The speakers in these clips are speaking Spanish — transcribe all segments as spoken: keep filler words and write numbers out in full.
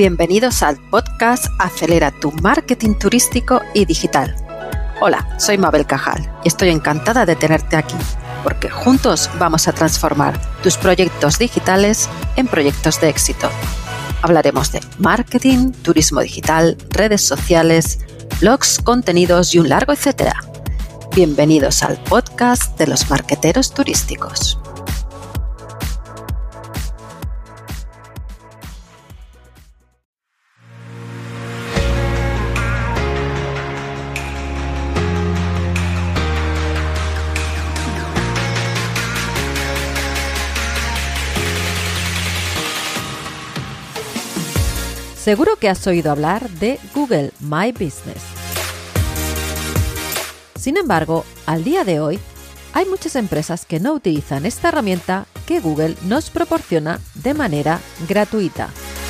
Bienvenidos al podcast Acelera tu marketing turístico y digital. Hola, soy Mabel Cajal y estoy encantada de tenerte aquí, porque juntos vamos a transformar tus proyectos digitales en proyectos de éxito. Hablaremos de marketing, turismo digital, redes sociales, blogs, contenidos y un largo etcétera. Bienvenidos al podcast de los marketeros turísticos. Seguro que has oído hablar de Google My Business. Sin embargo, al día de hoy, hay muchas empresas que no utilizan esta herramienta que Google nos proporciona de manera gratuita.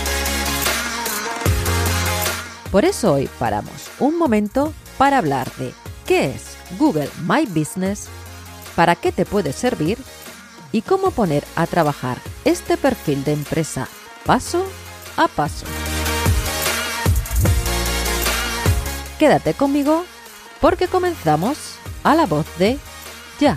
Por eso hoy paramos un momento para hablar de qué es Google My Business, para qué te puede servir y cómo poner a trabajar este perfil de empresa paso a paso. Quédate conmigo porque comenzamos a la voz de ya.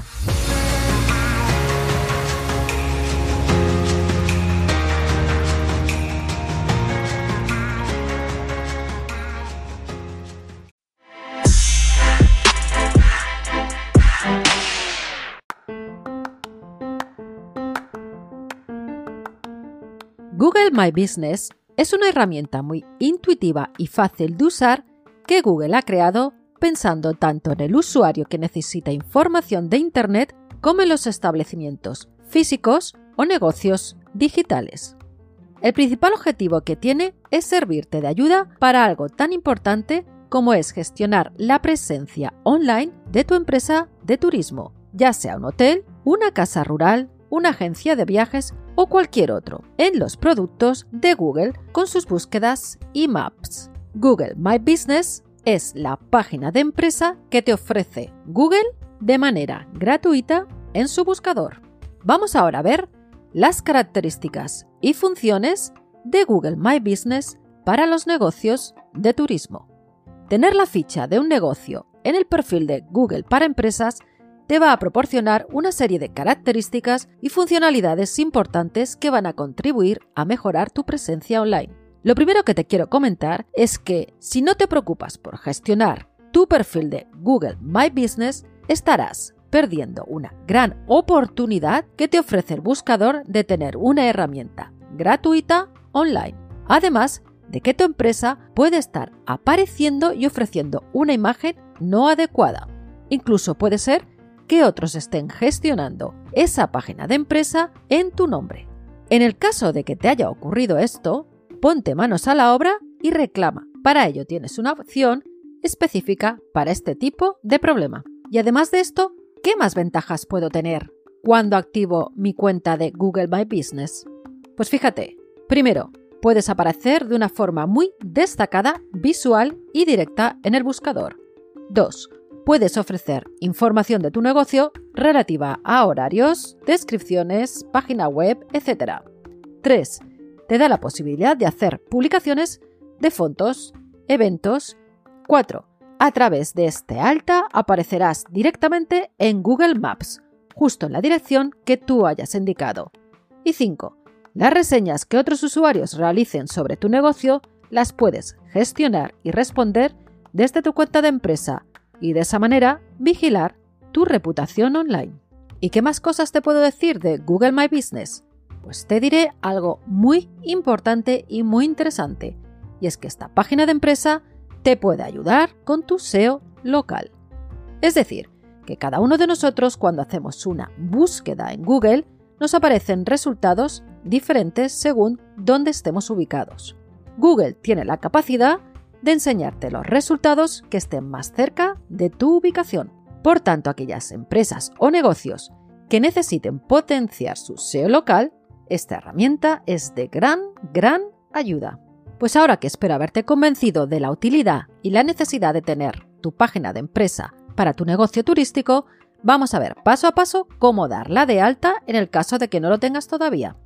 Google My Business es una herramienta muy intuitiva y fácil de usar que Google ha creado pensando tanto en el usuario que necesita información de Internet como en los establecimientos físicos o negocios digitales. El principal objetivo que tiene es servirte de ayuda para algo tan importante como es gestionar la presencia online de tu empresa de turismo, ya sea un hotel, una casa rural, una agencia de viajes o cualquier otro, en los productos de Google con sus búsquedas y maps. Google My Business es la página de empresa que te ofrece Google de manera gratuita en su buscador. Vamos ahora a ver las características y funciones de Google My Business para los negocios de turismo. Tener la ficha de un negocio en el perfil de Google para empresas te va a proporcionar una serie de características y funcionalidades importantes que van a contribuir a mejorar tu presencia online. Lo primero que te quiero comentar es que si no te preocupas por gestionar tu perfil de Google My Business, estarás perdiendo una gran oportunidad que te ofrece el buscador de tener una herramienta gratuita online. Además de que tu empresa puede estar apareciendo y ofreciendo una imagen no adecuada. Incluso puede ser que otros estén gestionando esa página de empresa en tu nombre. En el caso de que te haya ocurrido esto, ponte manos a la obra y reclama. Para ello tienes una opción específica para este tipo de problema. Y además de esto, ¿qué más ventajas puedo tener cuando activo mi cuenta de Google My Business? Pues fíjate, primero, puedes aparecer de una forma muy destacada, visual y directa en el buscador. dos. Puedes ofrecer información de tu negocio relativa a horarios, descripciones, página web, etcétera. tres. Te da la posibilidad de hacer publicaciones de fotos, eventos. cuatro. A través de este alta aparecerás directamente en Google Maps, justo en la dirección que tú hayas indicado. Y cinco. Las reseñas que otros usuarios realicen sobre tu negocio las puedes gestionar y responder desde tu cuenta de empresa y de esa manera vigilar tu reputación online. ¿Y qué más cosas te puedo decir de Google My Business? Pues te diré algo muy importante y muy interesante, y es que esta página de empresa te puede ayudar con tu S E O local. Es decir, que cada uno de nosotros cuando hacemos una búsqueda en Google nos aparecen resultados diferentes según dónde estemos ubicados. Google tiene la capacidad de enseñarte los resultados que estén más cerca de tu ubicación. Por tanto, aquellas empresas o negocios que necesiten potenciar su S E O local, esta herramienta es de gran, gran ayuda. Pues ahora que espero haberte convencido de la utilidad y la necesidad de tener tu página de empresa para tu negocio turístico, vamos a ver paso a paso cómo darla de alta en el caso de que no lo tengas todavía.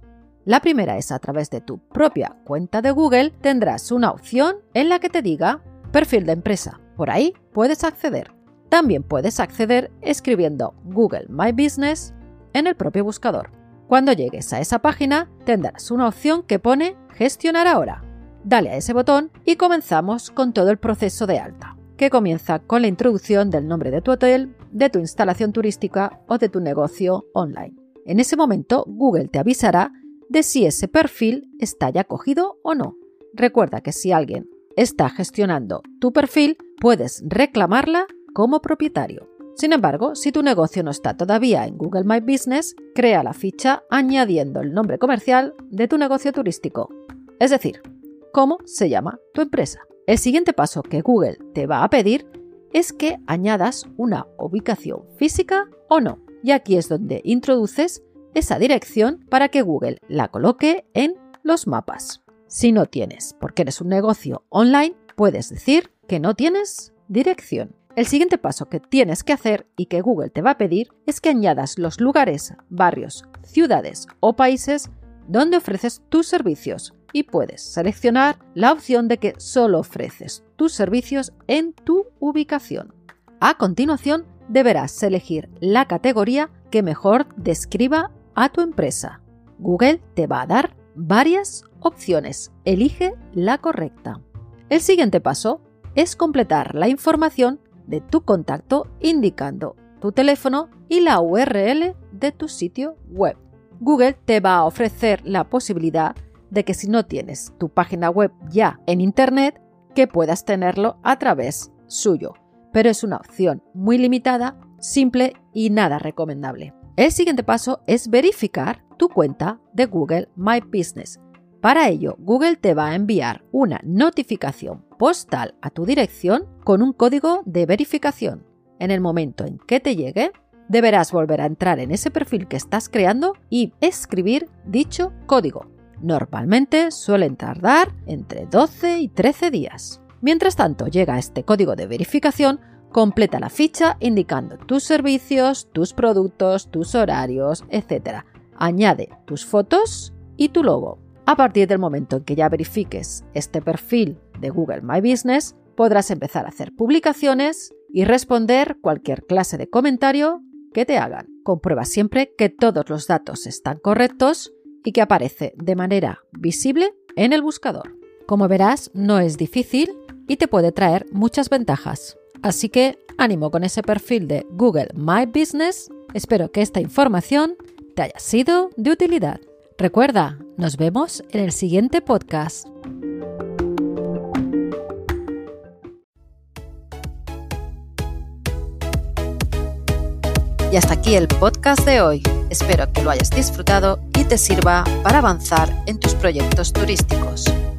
La primera es a través de tu propia cuenta de Google. Tendrás una opción en la que te diga perfil de empresa. Por ahí puedes acceder. También puedes acceder escribiendo Google My Business en el propio buscador. Cuando llegues a esa página tendrás una opción que pone Gestionar ahora. Dale a ese botón y comenzamos con todo el proceso de alta, que comienza con la introducción del nombre de tu hotel, de tu instalación turística o de tu negocio online. En ese momento Google te avisará de si ese perfil está ya cogido o no. Recuerda que si alguien está gestionando tu perfil, puedes reclamarla como propietario. Sin embargo, si tu negocio no está todavía en Google My Business, crea la ficha añadiendo el nombre comercial de tu negocio turístico, es decir, cómo se llama tu empresa. El siguiente paso que Google te va a pedir es que añadas una ubicación física o no, y aquí es donde introduces esa dirección para que Google la coloque en los mapas. Si no tienes, porque eres un negocio online, puedes decir que no tienes dirección. El siguiente paso que tienes que hacer y que Google te va a pedir es que añadas los lugares, barrios, ciudades o países donde ofreces tus servicios y puedes seleccionar la opción de que solo ofreces tus servicios en tu ubicación. A continuación, deberás elegir la categoría que mejor describa a tu empresa. Google te va a dar varias opciones. Elige la correcta. El siguiente paso es completar la información de tu contacto indicando tu teléfono y la U R L de tu sitio web. Google te va a ofrecer la posibilidad de que si no tienes tu página web ya en Internet, que puedas tenerlo a través suyo. Pero es una opción muy limitada, simple y nada recomendable. El siguiente paso es verificar tu cuenta de Google My Business. Para ello, Google te va a enviar una notificación postal a tu dirección con un código de verificación. En el momento en que te llegue, deberás volver a entrar en ese perfil que estás creando y escribir dicho código. Normalmente suelen tardar entre doce y trece días. Mientras tanto, llega este código de verificación, completa la ficha indicando tus servicios, tus productos, tus horarios, etcétera. Añade tus fotos y tu logo. A partir del momento en que ya verifiques este perfil de Google My Business, podrás empezar a hacer publicaciones y responder cualquier clase de comentario que te hagan. Comprueba siempre que todos los datos están correctos y que aparece de manera visible en el buscador. Como verás, no es difícil y te puede traer muchas ventajas. Así que ánimo con ese perfil de Google My Business. Espero que esta información te haya sido de utilidad. Recuerda, nos vemos en el siguiente podcast. Y hasta aquí el podcast de hoy. Espero que lo hayas disfrutado y te sirva para avanzar en tus proyectos turísticos.